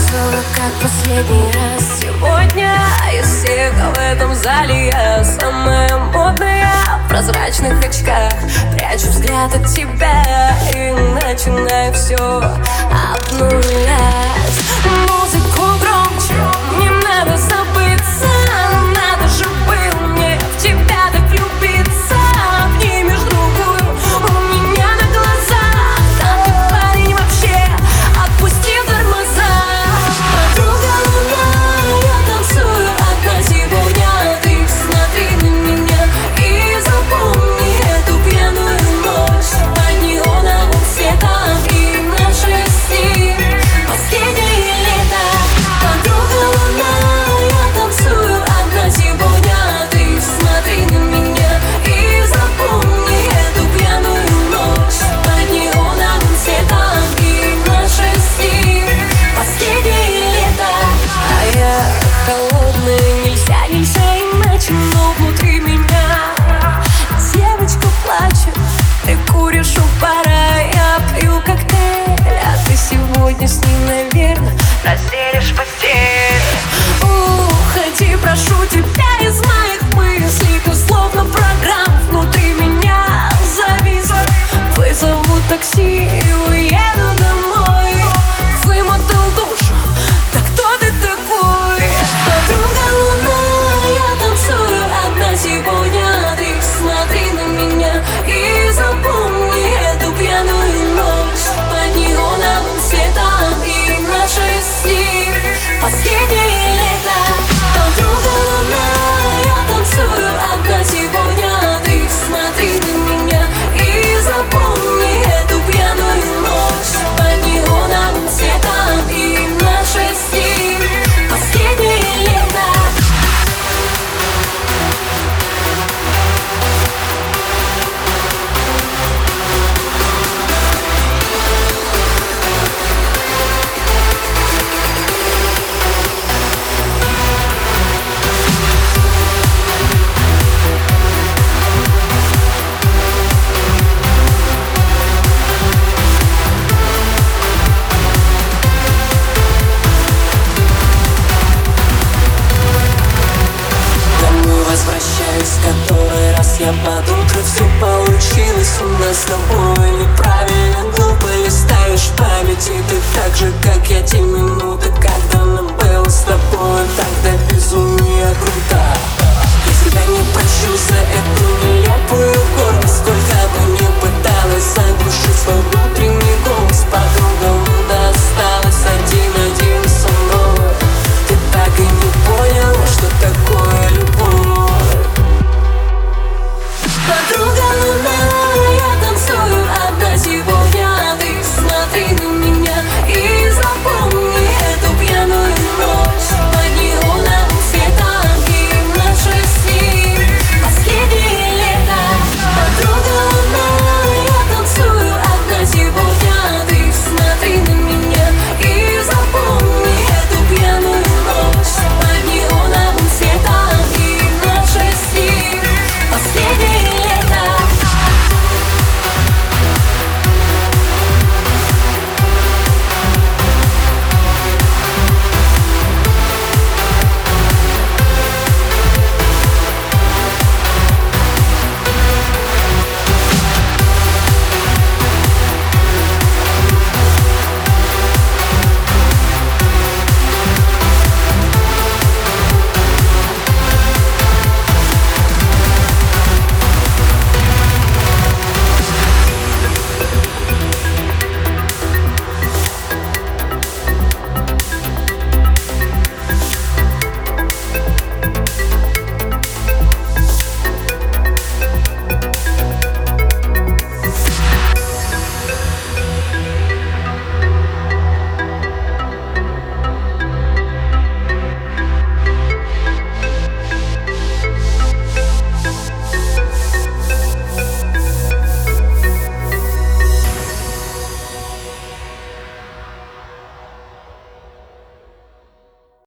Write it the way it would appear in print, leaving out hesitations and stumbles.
Снова как последний раз. Сегодня из всех в этом зале я самая модная в прозрачных очках. Прячу взгляд от тебя и начинаю все обнулять. Музыку громче, не надо забыться. Надо же было мне в тебя так влюбиться. Обнимешь другую у меня на глазах. А ты, парень, вообще отпусти тормоза. Подруга луна, я танцую одна сегодня. Ты смотри на меня и запомни эту пьяную ночь под неоновым светом и наши сны. Последнее лето. Подруга луна, я танцую одна сегодня. Ты смотри на меня и запомни эту пьяную ночь под неоновым светом и наши сны. Последнее лето. А я холодная, нельзя иначе, но внутри меня девочка плачет. Ты куришь у бара, я пью коктейль, а ты сегодня с ним, наверное, разделишь постель. Уходи, прошу тебя из моих мыслей. Ты словно программа внутри меня зависла. Вызову такси и уеду домой. Вымотал душу, да кто ты такой? Подруга луна, я танцую одна сегодня. Ты смотри на меня и запомни эту пьяную ночь под неоновым светом и наши сны. Последнее лето. Подруга луна, я танцую одна сегодня. Ты смотри на меня и запомни эту пьяную ночь под неоновым светом и наши сны. Последнее лето. Возвращаюсь который раз я под утро. Все получилось у нас с тобой. Неправильно, глупо листаешь в памяти. Ты так же, как я, темно